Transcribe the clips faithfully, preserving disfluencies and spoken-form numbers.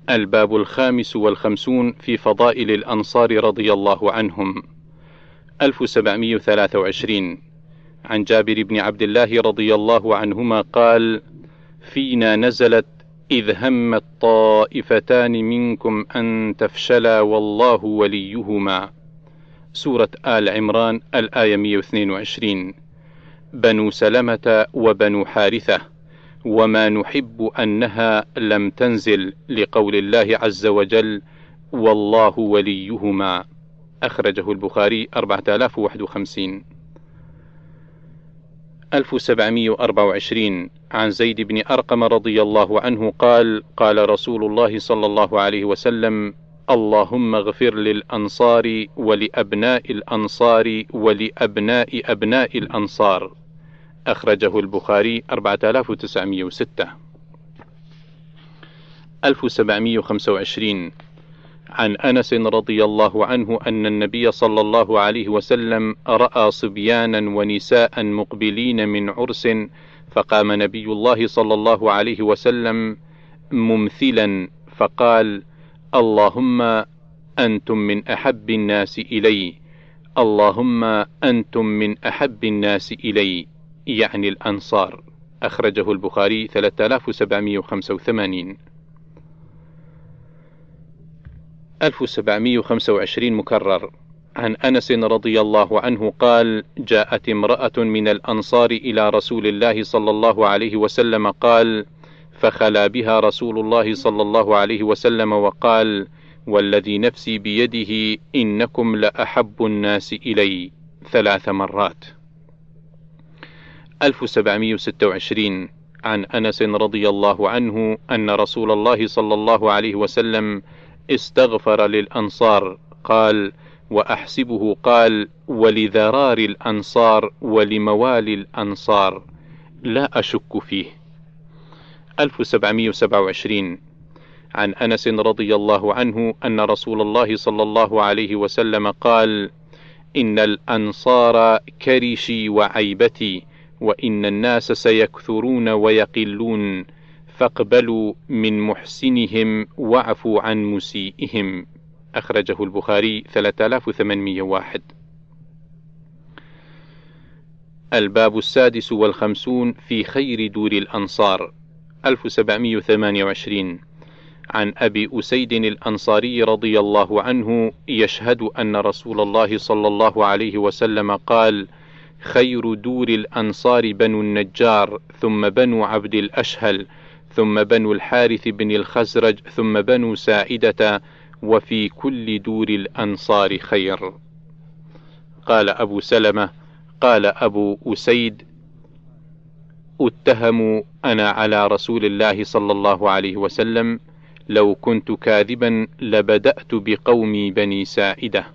الباب الخامس والخمسون في فضائل الأنصار رضي الله عنهم. ألف وسبعمائة وثلاثة وعشرين. عن جابر بن عبد الله رضي الله عنهما قال: فينا نزلت إذ همت طائفتان منكم أن تفشلا والله وليهما. سورة آل عمران الآية مئة واثنين وعشرين. بنو سلمة وبنو حارثة، وما نحب أنها لم تنزل لقول الله عز وجل: والله وليهما. أخرجه البخاري أربعة آلاف وواحد وخمسين. ألف وسبعمائة وأربعة وعشرين. عن زيد بن أرقم رضي الله عنه قال: قال رسول الله صلى الله عليه وسلم: اللهم اغفر للأنصار ولأبناء الأنصار ولأبناء أبناء الأنصار. أخرجه البخاري أربعة آلاف وتسعمائة وستة. ألف وسبعمائة وخمسة وعشرين. عن أنس رضي الله عنه أن النبي صلى الله عليه وسلم رأى صبيانا ونساء مقبلين من عرس، فقام نبي الله صلى الله عليه وسلم ممثلا فقال: اللهم أنتم من أحب الناس إلي، اللهم أنتم من أحب الناس إلي، يعني الأنصار. أخرجه البخاري ثلاثة آلاف وسبعمائة وخمسة وثمانين. ألف وسبعمائة وخمسة وعشرين مكرر. عن أنس رضي الله عنه قال: جاءت امرأة من الأنصار إلى رسول الله صلى الله عليه وسلم قال: فخلا بها رسول الله صلى الله عليه وسلم وقال: والذي نفسي بيده إنكم لأحب الناس إلي، ثلاث مرات. ألف وسبعمائة وستة وعشرين. عن أنس رضي الله عنه أن رسول الله صلى الله عليه وسلم استغفر للأنصار قال: وأحسبه قال: ولذرار الأنصار ولموالي الأنصار، لا أشك فيه. ألف وسبعمائة وسبعة وعشرين. عن أنس رضي الله عنه أن رسول الله صلى الله عليه وسلم قال: إن الأنصار كرشي وعيبتي، وإن الناس سيكثرون ويقلون، فاقبلوا من محسنهم واعفوا عن مسيئهم. أخرجه البخاري ثلاثة آلاف وثمانمائة وواحد. الباب السادس والخمسون في خير دور الأنصار. ألف وسبعمائة وثمانية وعشرين. عن أبي أسيد الأنصاري رضي الله عنه يشهد أن رسول الله صلى الله عليه وسلم قال: خير دور الأنصار بنو النجار، ثم بنو عبد الأشهل، ثم بنو الحارث بن الخزرج، ثم بنو سائدة، وفي كل دور الأنصار خير. قال أبو سلمة: قال أبو أسيد: اتهم أنا على رسول الله صلى الله عليه وسلم، لو كنت كاذبا لبدأت بقومي بني سائدة.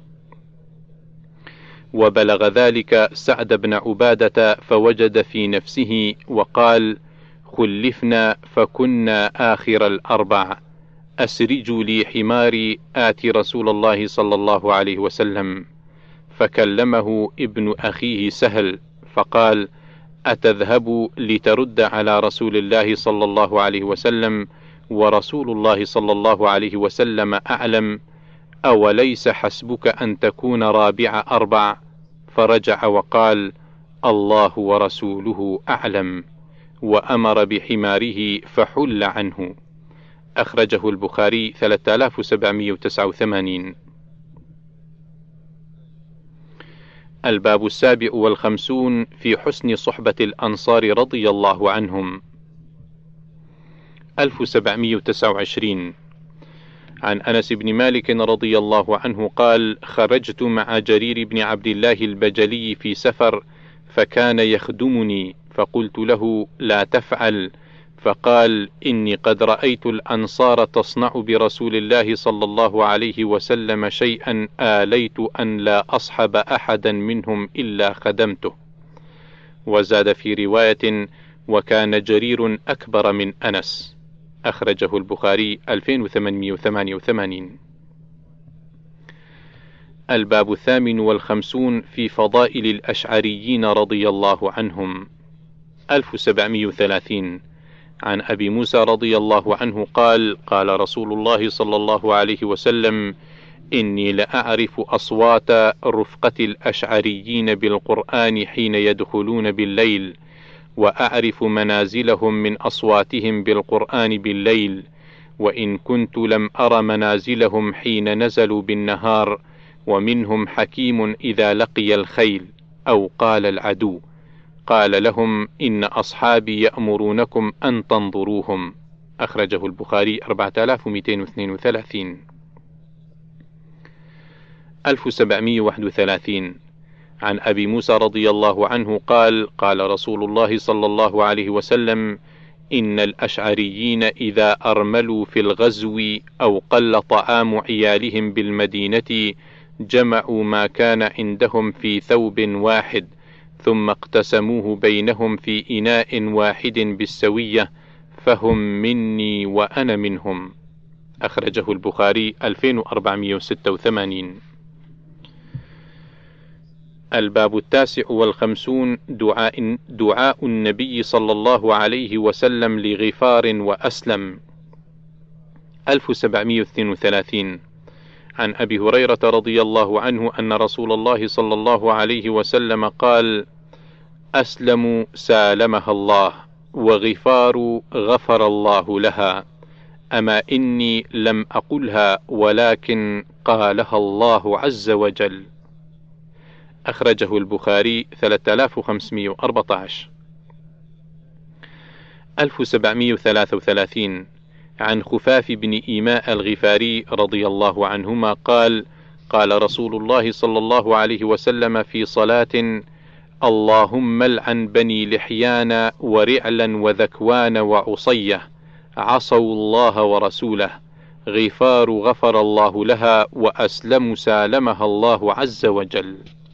وبلغ ذلك سعد بن عبادة فوجد في نفسه وقال: خلفنا فكنا آخر الأربع، أسرجوا لي حماري آتي رسول الله صلى الله عليه وسلم. فكلمه ابن أخيه سهل فقال: أتذهب لترد على رسول الله صلى الله عليه وسلم ورسول الله صلى الله عليه وسلم أعلم؟ أوليس حسبك أن تكون رابع أربع؟ فرجع وقال: الله ورسوله أعلم، وأمر بحماره فحل عنه. أخرجه البخاري ثلاثة آلاف وسبعمائة وتسعة وثمانين. الباب السابع والخمسون في حسن صحبة الأنصار رضي الله عنهم. ألف وسبعمائة وتسعة وعشرين. عن أنس بن مالك رضي الله عنه قال: خرجت مع جرير بن عبد الله البجلي في سفر، فكان يخدمني، فقلت له: لا تفعل. فقال: إني قد رأيت الأنصار تصنع برسول الله صلى الله عليه وسلم شيئا آليت أن لا أصحب أحدا منهم إلا خدمته. وزاد في رواية: وكان جرير أكبر من أنس. أخرجه البخاري ألفين وثمانمائة وثمانية وثمانين. الباب الثامن والخمسون في فضائل الأشعريين رضي الله عنهم. ألف وسبعمائة وثلاثين. عن أبي موسى رضي الله عنه قال قال رسول الله صلى الله عليه وسلم: إني لأعرف أصوات رفقة الأشعريين بالقرآن حين يدخلون بالليل، وأعرف منازلهم من أصواتهم بالقرآن بالليل، وإن كنت لم أر منازلهم حين نزلوا بالنهار، ومنهم حكيم إذا لقي الخيل أو قال العدو قال لهم: إن أصحابي يأمرونكم أن تنظروهم. أخرجه البخاري أربعة آلاف ومئتين واثنين وثلاثين. ألف وسبعمئة وواحد وثلاثين. عن أبي موسى رضي الله عنه قال قال رسول الله صلى الله عليه وسلم: إن الأشعريين إذا أرملوا في الغزو أو قل طعام عيالهم بالمدينة جمعوا ما كان عندهم في ثوب واحد، ثم اقتسموه بينهم في إناء واحد بالسوية، فهم مني وأنا منهم. أخرجه البخاري ألفين وأربعمئة وستة وثمانين. الباب التاسع والخمسون: دعاء, دعاء النبي صلى الله عليه وسلم لغفار وأسلم. ألف وسبعمئة واثنين وثلاثين. عن أبي هريرة رضي الله عنه أن رسول الله صلى الله عليه وسلم قال: أسلم سالمها الله، وغفار غفر الله لها، أما إني لم أقلها ولكن قالها الله عز وجل. أخرجه البخاري ثلاثة آلاف وخمسمئة وأربعة عشر. ألف وسبعمئة وثلاثة وثلاثين. عن خفاف بن إيماء الغفاري رضي الله عنهما قال قال رسول الله صلى الله عليه وسلم في صلاة: اللهم لعن بني لحيان ورعلا وذكوان وعصية، عصوا الله ورسوله، غفار غفر الله لها، وأسلم سالمها الله عز وجل.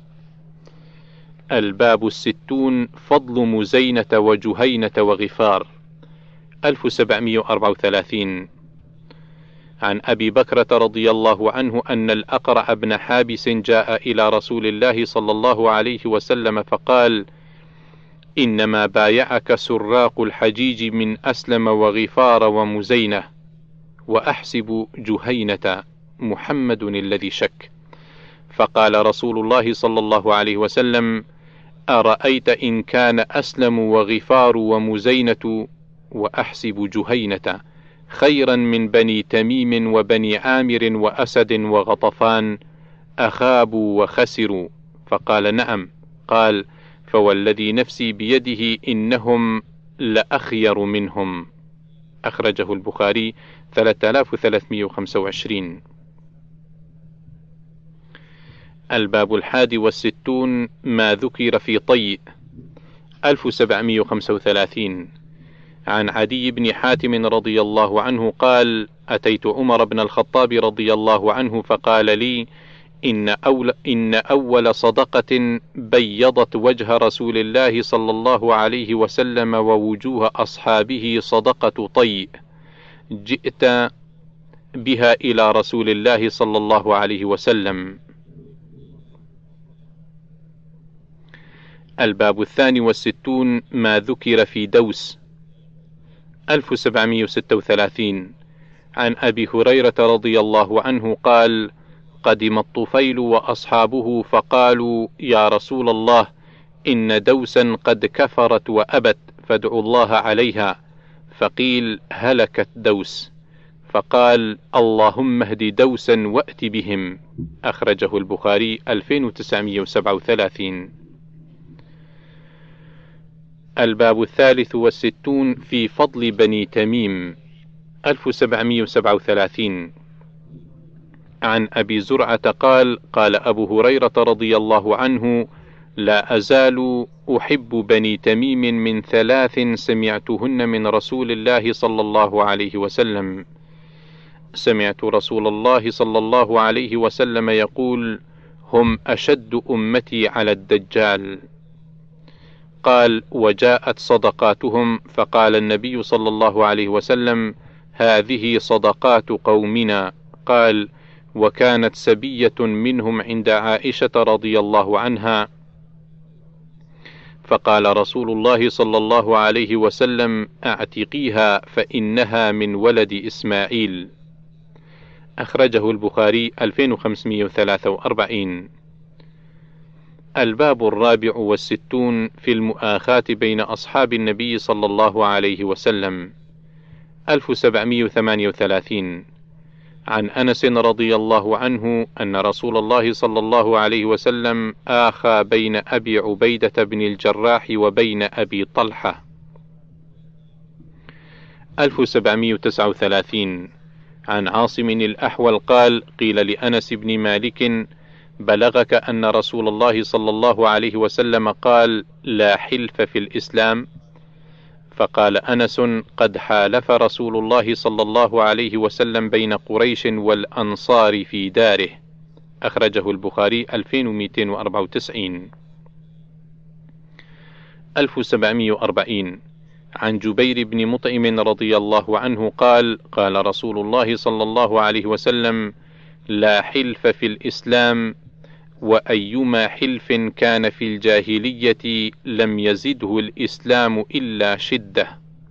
الباب الستون: فضل مزينة وجهينة وغفار. ألف وسبعمئة وأربعة وثلاثين. عن أبي بكرة رضي الله عنه أن الأقرع بن حابس جاء إلى رسول الله صلى الله عليه وسلم فقال: إنما بايعك سراق الحجيج من أسلم وغفار ومزينة، وأحسب جهينة محمد الذي شك. فقال رسول الله صلى الله عليه وسلم: أرأيت إن كان أسلم وغفار ومزينة وأحسب جهينة خيرا من بني تميم وبني عامر وأسد وغطفان، أخابوا وخسروا؟ فقال: نعم. قال: فوالذي نفسي بيده إنهم لأخير منهم. أخرجه البخاري ثلاثة آلاف وثلاثمئة وخمسة وعشرين. الباب الحادي والستون: ما ذكر في طيء. ألف وسبعمئة وخمسة وثلاثين. عن عدي بن حاتم رضي الله عنه قال: أتيت عمر بن الخطاب رضي الله عنه فقال لي: إن أول, إن أول صدقة بيضت وجه رسول الله صلى الله عليه وسلم ووجوه أصحابه صدقة طيء، جئت بها إلى رسول الله صلى الله عليه وسلم. الباب الثاني والستون: ما ذكر في دوس. ألف وسبعمئة وستة وثلاثين. عن أبي هريرة رضي الله عنه قال: قدم الطفيل وأصحابه فقالوا: يا رسول الله، إن دوسا قد كفرت وأبت، فادعوا الله عليها. فقيل: هلكت دوس. فقال: اللهم اهد دوسا وأت بهم. أخرجه البخاري ألفين وتسعمئة وسبعة وثلاثين. الباب الثالث والستون: في فضل بني تميم. ألف وسبعمئة وسبعة وثلاثين. عن أبي زرعة قال: قال أبو هريرة رضي الله عنه: لا أزال أحب بني تميم من ثلاث سمعتهن من رسول الله صلى الله عليه وسلم. سمعت رسول الله صلى الله عليه وسلم يقول: هم أشد أمتي على الدجال. قال: وجاءت صدقاتهم، فقال النبي صلى الله عليه وسلم: هذه صدقات قومنا. قال: وكانت سبية منهم عند عائشة رضي الله عنها، فقال رسول الله صلى الله عليه وسلم: اعتقيها فإنها من ولد إسماعيل. أخرجه البخاري ألفين وخمسمائة وثلاثة وأربعين. الباب الرابع والستون في المؤاخاة بين أصحاب النبي صلى الله عليه وسلم. ألف وسبعمائة وثمانية وثلاثين. عن أنس رضي الله عنه أن رسول الله صلى الله عليه وسلم آخى بين أبي عبيدة بن الجراح وبين أبي طلحة. ألف وسبعمائة وتسعة وثلاثين. عن عاصم الأحول قال: قيل لأنس بن مالك: بلغك أن رسول الله صلى الله عليه وسلم قال: لا حلف في الإسلام؟ فقال أنس: قد حالف رسول الله صلى الله عليه وسلم بين قريش والأنصار في داره. أخرجه البخاري ألفين ومئتين وأربعة وتسعين. ألف وسبعمائة وأربعين. عن جبير بن مطعم رضي الله عنه قال: قال رسول الله صلى الله عليه وسلم: لا حلف في الإسلام، وأيما حلف كان في الجاهلية لم يزده الإسلام إلا شدة.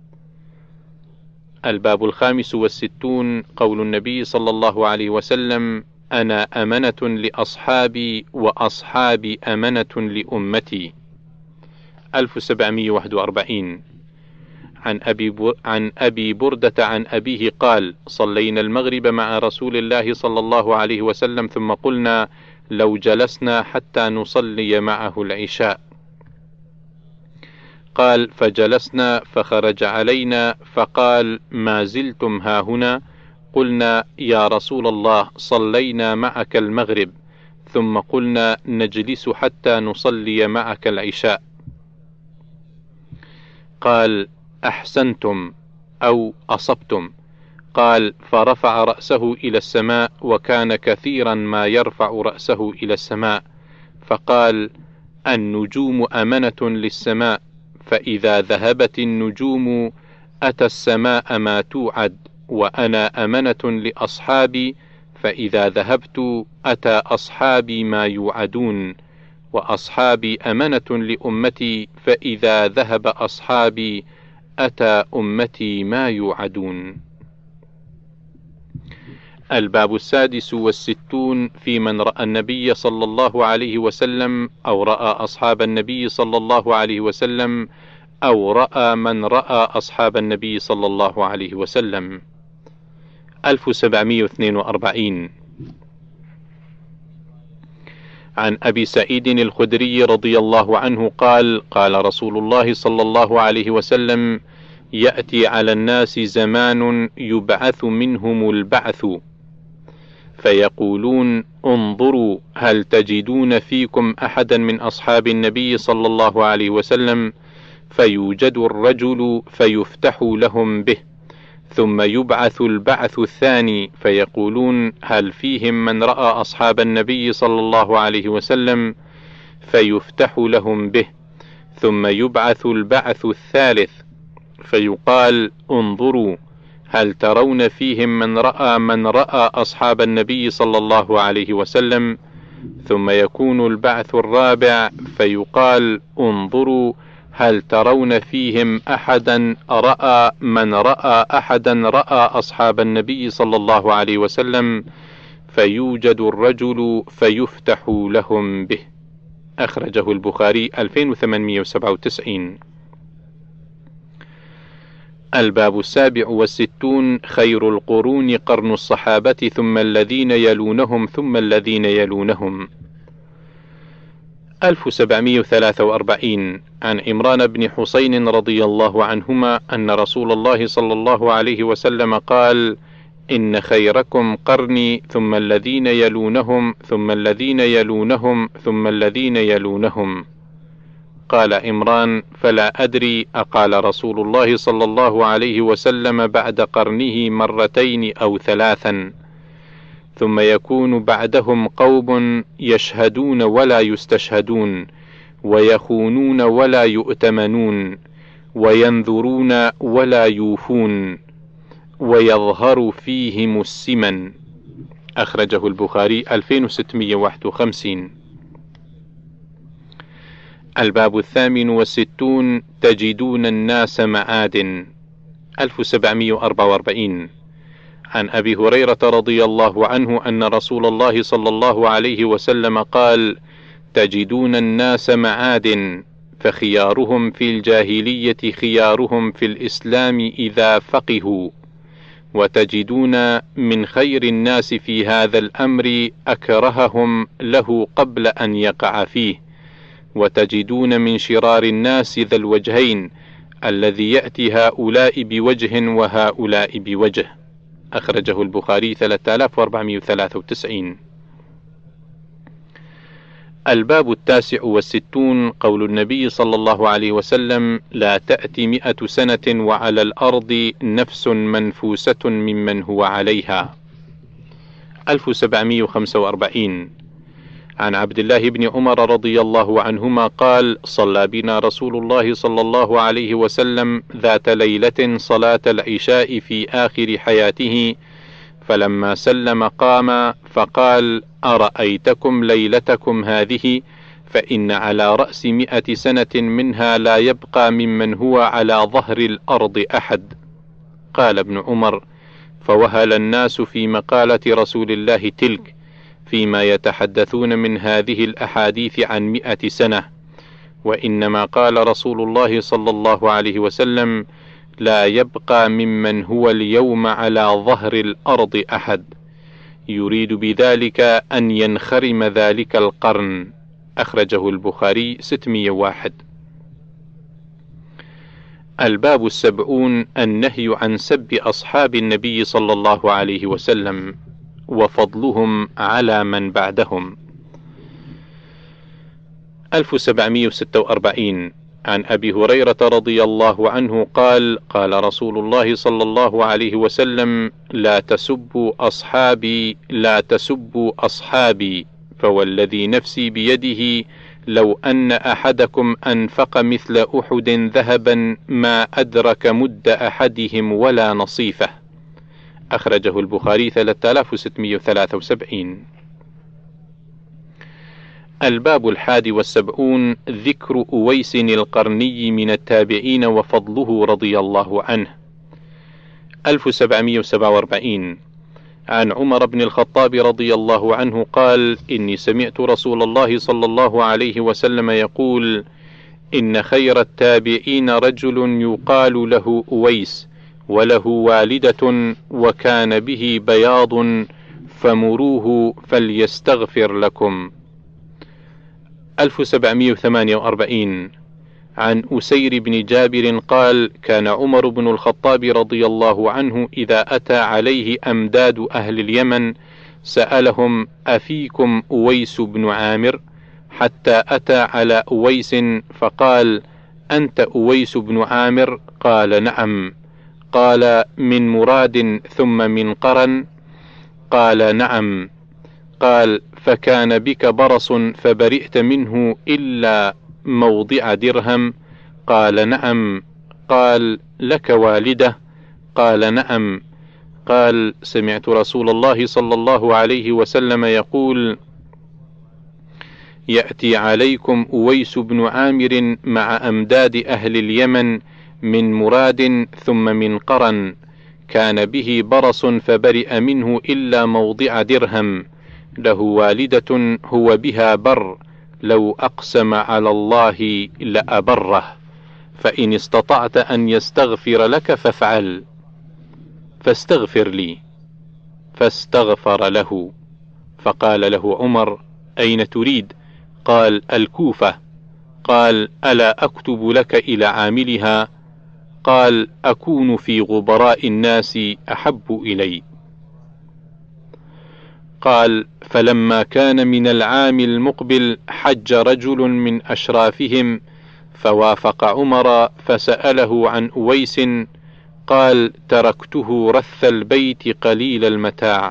الباب الخامس والستون قول النبي صلى الله عليه وسلم: أنا أمنة لأصحابي وأصحابي أمنة لأمتي. ألف وسبعمائة وواحد وأربعين. عن أبي, عن أبي بردة عن أبيه قال: صلينا المغرب مع رسول الله صلى الله عليه وسلم ثم قلنا: لو جلسنا حتى نصلي معه العشاء. قال: فجلسنا فخرج علينا فقال: ما زلتم هاهنا؟ قلنا: يا رسول الله صلينا معك المغرب. ثم قلنا: نجلس حتى نصلي معك العشاء. قال: أحسنتم أو أصبتم. قال: فرفع رأسه إلى السماء، وكان كثيرا ما يرفع رأسه إلى السماء، فقال: النجوم أمنة للسماء، فإذا ذهبت النجوم أتى السماء ما توعد، وأنا أمنة لأصحابي، فإذا ذهبت أتى أصحابي ما يوعدون، وأصحابي أمنة لأمتي، فإذا ذهب أصحابي أتى أمتي ما يوعدون. الباب السادس والستون في من رأى النبي صلى الله عليه وسلم أو رأى أصحاب النبي صلى الله عليه وسلم أو رأى من رأى أصحاب النبي صلى الله عليه وسلم. ألف وسبعمائة واثنين وأربعين. عن أبي سعيد الخدري رضي الله عنه قال: قال رسول الله صلى الله عليه وسلم: يأتي على الناس زمان يبعث منهم البعث، فيقولون: انظروا هل تجدون فيكم أحدا من أصحاب النبي صلى الله عليه وسلم؟ فيوجد الرجل فيفتح لهم به، ثم يبعث البعث الثاني فيقولون: هل فيهم من رأى أصحاب النبي صلى الله عليه وسلم؟ فيفتح لهم به، ثم يبعث البعث الثالث فيقال: انظروا هل ترون فيهم من رأى من رأى أصحاب النبي صلى الله عليه وسلم؟ ثم يكون البعث الرابع فيقال: انظروا هل ترون فيهم أحدا رأى من رأى أحدا رأى أصحاب النبي صلى الله عليه وسلم؟ فيوجد الرجل فيفتح لهم به. أخرجه البخاري ألفين وثمانمائة وسبعة وتسعين. الباب السابع والستون خير القرون قرن الصحابة ثم الذين يلونهم ثم الذين يلونهم. ألف وسبعمائة وثلاثة وأربعين. عن عمران بن حسين رضي الله عنهما أن رسول الله صلى الله عليه وسلم قال: إن خيركم قرني ثم الذين يلونهم ثم الذين يلونهم ثم الذين يلونهم. قال عمران: فلا أدري أقال رسول الله صلى الله عليه وسلم بعد قرنه مرتين أو ثلاثا. ثم يكون بعدهم قوم يشهدون ولا يستشهدون، ويخونون ولا يؤتمنون، وينذرون ولا يوفون، ويظهر فيهم السمن. أخرجه البخاري ألفين وستمائة وواحد وخمسين. الباب الثامن والستون تجدون الناس معادن. ألف وسبعمائة وأربعة وأربعين. عن أبي هريرة رضي الله عنه أن رسول الله صلى الله عليه وسلم قال: تجدون الناس معادن، فخيارهم في الجاهلية خيارهم في الإسلام إذا فقهوا، وتجدون من خير الناس في هذا الأمر أكرههم له قبل أن يقع فيه، وتجدون من شرار الناس ذا الوجهين الذي يأتي هؤلاء بوجه وهؤلاء بوجه. أخرجه البخاري ثلاثة آلاف وأربعمائة وثلاثة وتسعين. الباب التاسع والستون قول النبي صلى الله عليه وسلم: لا تأتي مئة سنة وعلى الأرض نفس منفوسة ممن هو عليها. ألف وسبعمائة وخمسة وأربعين. عن عبد الله بن عمر رضي الله عنهما قال: صلى بنا رسول الله صلى الله عليه وسلم ذات ليلة صلاة العشاء في آخر حياته، فلما سلم قام فقال: أرأيتكم ليلتكم هذه، فإن على رأس مئة سنة منها لا يبقى ممن هو على ظهر الأرض أحد. قال ابن عمر: فوهل الناس في مقالة رسول الله تلك، فيما يتحدثون من هذه الأحاديث عن مئة سنة، وإنما قال رسول الله صلى الله عليه وسلم: لا يبقى ممن هو اليوم على ظهر الأرض أحد، يريد بذلك أن ينخرم ذلك القرن. أخرجه البخاري ستمائة وواحد. الباب السبعون النهي عن سب أصحاب النبي صلى الله عليه وسلم وفضلهم على من بعدهم. ألف وسبعمائة وستة وأربعين. عن أبي هريرة رضي الله عنه قال: قال رسول الله صلى الله عليه وسلم: لا تسبوا أصحابي لا تسبوا أصحابي، فوالذي نفسي بيده لو أن أحدكم أنفق مثل أحد ذهبا ما أدرك مد أحدهم ولا نصيفه. أخرجه البخاري ثلاثة آلاف وستمائة وثلاثة وسبعين. الباب الحادي والسبعون ذكر أويس القرني من التابعين وفضله رضي الله عنه. ألف وسبعمائة وسبعة وأربعين. عن عمر بن الخطاب رضي الله عنه قال: إني سمعت رسول الله صلى الله عليه وسلم يقول: إن خير التابعين رجل يقال له أويس، وله والدة وكان به بياض، فمروه فليستغفر لكم. ألف وسبعمائة وثمانية وأربعين. عن أسير بن جابر قال: كان عمر بن الخطاب رضي الله عنه إذا أتى عليه أمداد أهل اليمن سألهم: أفيكم أويس بن عامر؟ حتى أتى على أويس فقال: أنت أويس بن عامر؟ قال: نعم. قال: من مراد ثم من قرن؟ قال: نعم. قال: فكان بك برص فبرئت منه إلا موضع درهم؟ قال: نعم. قال: لك والدة؟ قال: نعم. قال: سمعت رسول الله صلى الله عليه وسلم يقول: يأتي عليكم أويس بن عامر مع أمداد أهل اليمن من مراد ثم من قرن، كان به برص فبرئ منه إلا موضع درهم، له والدة هو بها بر، لو أقسم على الله لأبره، فإن استطعت أن يستغفر لك فافعل، فاستغفر لي. فاستغفر له. فقال له عمر: أين تريد؟ قال: الكوفة. قال: ألا أكتب لك إلى عاملها؟ قال: أكون في غبراء الناس أحب إلي. قال: فلما كان من العام المقبل حج رجل من أشرافهم فوافق عمر فسأله عن أويس، قال: تركته رث البيت قليل المتاع.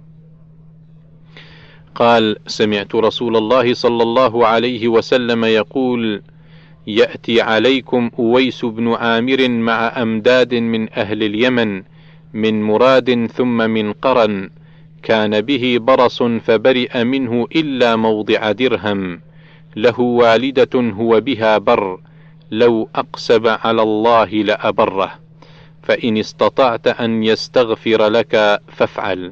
قال: سمعت رسول الله صلى الله عليه وسلم يقول: يأتي عليكم أويس بن عامر مع أمداد من أهل اليمن من مراد ثم من قرن، كان به برص فبرئ منه إلا موضع درهم، له والدة هو بها بر، لو أقسم على الله لأبره، فإن استطعت أن يستغفر لك فافعل.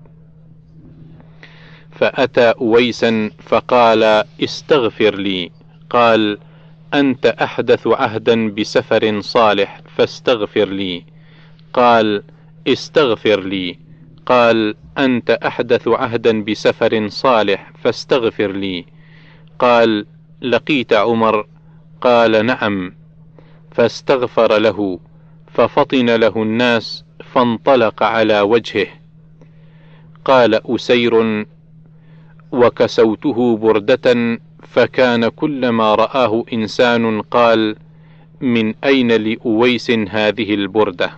فأتى أويسا فقال استغفر لي. قال أنت أحدث عهدا بسفر صالح فاستغفر لي. قال استغفر لي. قال أنت أحدث عهدا بسفر صالح فاستغفر لي. قال لقيت عمر؟ قال نعم. فاستغفر له، ففطن له الناس فانطلق على وجهه. قال أسير وكسوته بردة، فكان كلما رآه إنسان قال من أين لأويس هذه البردة.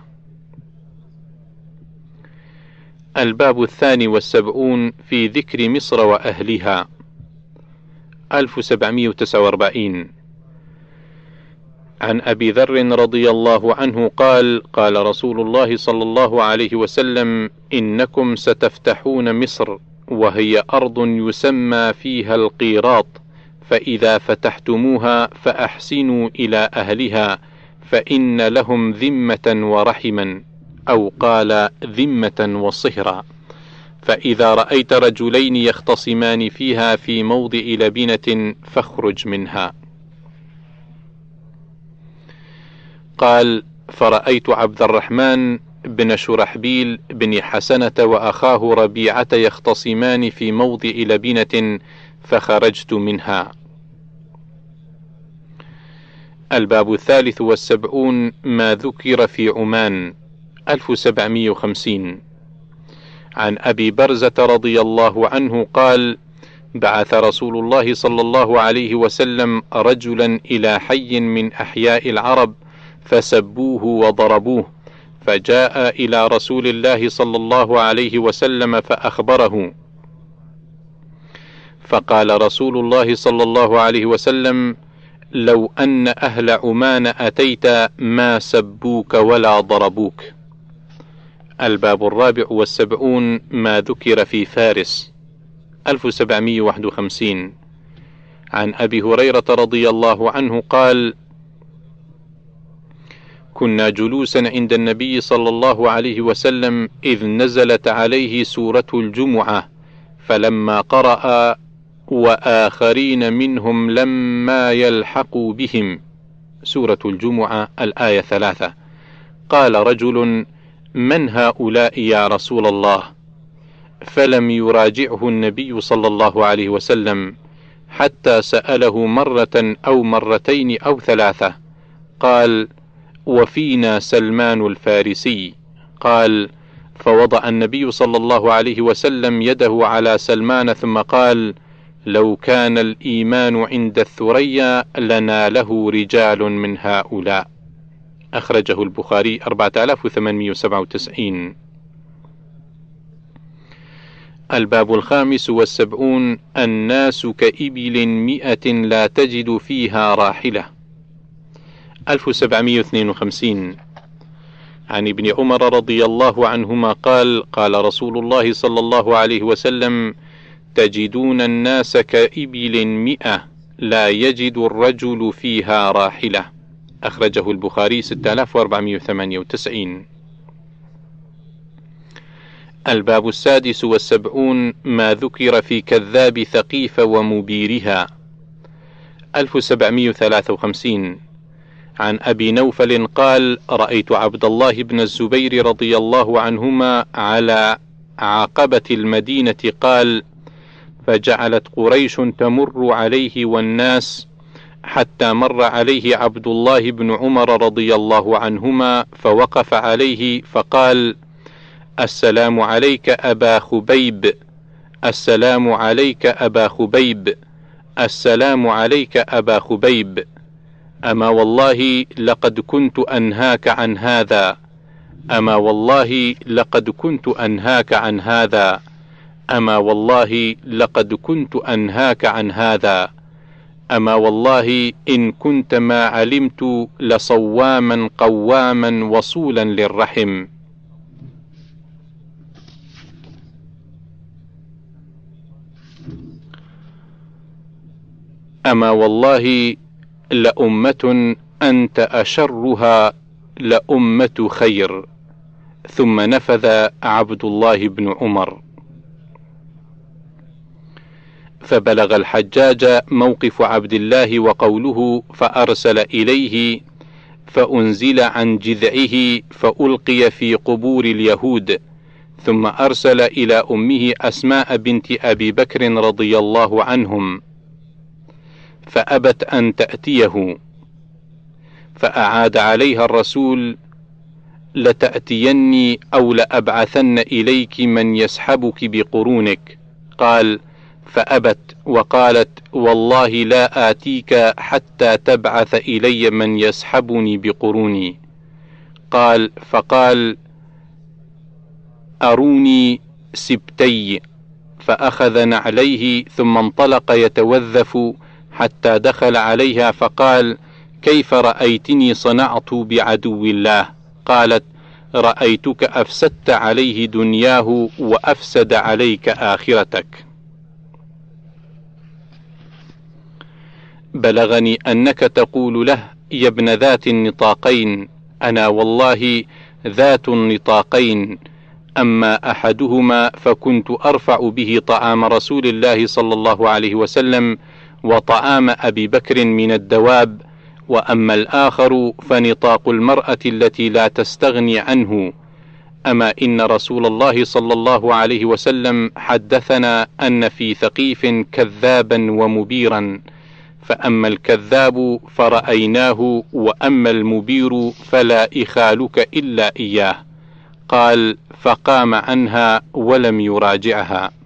الباب الثاني والسبعون في ذكر مصر وأهلها. ألف وسبعمائة وتسعة وأربعين. عن أبي ذر رضي الله عنه قال قال رسول الله صلى الله عليه وسلم إنكم ستفتحون مصر، وهي أرض يسمى فيها القيراط، فإذا فتحتموها فأحسنوا إلى أهلها، فإن لهم ذمة ورحما، أو قال ذمة وصهرا. فإذا رأيت رجلين يختصمان فيها في موضع لبنة فاخرج منها. قال فرأيت عبد الرحمن بن شرحبيل بن حسنة وأخاه ربيعة يختصمان في موضع لبنة فخرجت منها. الباب الثالث والسبعون ما ذكر في عمان. ألف وسبعمائة وخمسين. عن أبي برزة رضي الله عنه قال بعث رسول الله صلى الله عليه وسلم رجلا إلى حي من أحياء العرب فسبوه وضربوه، فجاء إلى رسول الله صلى الله عليه وسلم فأخبره، فقال رسول الله صلى الله عليه وسلم لو أن أهل عمان أتيت ما سبوك ولا ضربوك. الباب الرابع والسبعون ما ذكر في فارس. ألف وسبعمائة وواحد وخمسين. عن أبي هريرة رضي الله عنه قال كنا جلوسا عند النبي صلى الله عليه وسلم إذ نزلت عليه سورة الجمعة، فلما قرأ وآخرين منهم لما يلحقوا بهم، سورة الجمعة الآية ثلاثة، قال رجل من هؤلاء يا رسول الله؟ فلم يراجعه النبي صلى الله عليه وسلم حتى سأله مرة أو مرتين أو ثلاثة. قال وفينا سلمان الفارسي. قال فوضع النبي صلى الله عليه وسلم يده على سلمان ثم قال لو كان الإيمان عند الثريا لناله رجال من هؤلاء. أخرجه البخاري أربعة آلاف وثمانمائة وسبعة وتسعين. الباب الخامس والسبعون الناس كإبل مئة لا تجد فيها راحلة. ألف وسبعمائة واثنين وخمسين. عن ابن عمر رضي الله عنهما قال قال رسول الله صلى الله عليه وسلم تجدون الناس كإبل مئة لا يجد الرجل فيها راحلة. أخرجه البخاري ستة آلاف وأربعمائة وثمانية وتسعين. الباب السادس والسبعون ما ذكر في كذاب ثقيف ومبيرها. ألف وسبعمائة وثلاثة وخمسين. عن أبي نوفل قال رأيت عبد الله بن الزبير رضي الله عنهما على عقبة المدينة قال فجعلت قريش تمر عليه والناس حتى مر عليه عبد الله بن عمر رضي الله عنهما فوقف عليه فقال السلام عليك أبا خبيب، السلام عليك أبا خبيب، السلام عليك أبا خبيب، أما والله لقد كنت أنهاك عن هذا، أما والله لقد كنت أنهاك عن هذا، أما والله لقد كنت أنهاك عن هذا، أما والله إن كنت ما علمت لصواما قواما وصولا للرحم. أما والله لأمة أنت أشرها لأمة خير. ثم نفذ عبد الله بن عمر. فبلغ الحجاج موقف عبد الله وقوله، فأرسل إليه فأنزل عن جذعه فألقي في قبور اليهود، ثم أرسل إلى أمه أسماء بنت أبي بكر رضي الله عنهم، فأبت أن تأتيه، فأعاد عليها الرسول: لتأتيني أو لأبعثن إليك من يسحبك بقرونك. قال: فأبت وقالت: والله لا آتيك حتى تبعث إلي من يسحبني بقروني. قال: فقال: أروني سبتي. فأخذ نعليه ثم انطلق يتوذف حتى دخل عليها، فقال: كيف رأيتني صنعت بعدو الله؟ قالت: رأيتك أفسدت عليه دنياه وأفسد عليك آخرتك. بلغني أنك تقول له: يا ابن ذات النطاقين، أنا والله ذات النطاقين، أما أحدهما فكنت أرفع به طعام رسول الله صلى الله عليه وسلم وطعام أبي بكر من الدواب، وأما الآخر فنطاق المرأة التي لا تستغني عنه. أما إن رسول الله صلى الله عليه وسلم حدثنا أن في ثقيف كذابا ومبيرا، فأما الكذاب فرأيناه، وأما المبير فلا إخالك إلا إياه. قال: فقام عنها ولم يراجعها.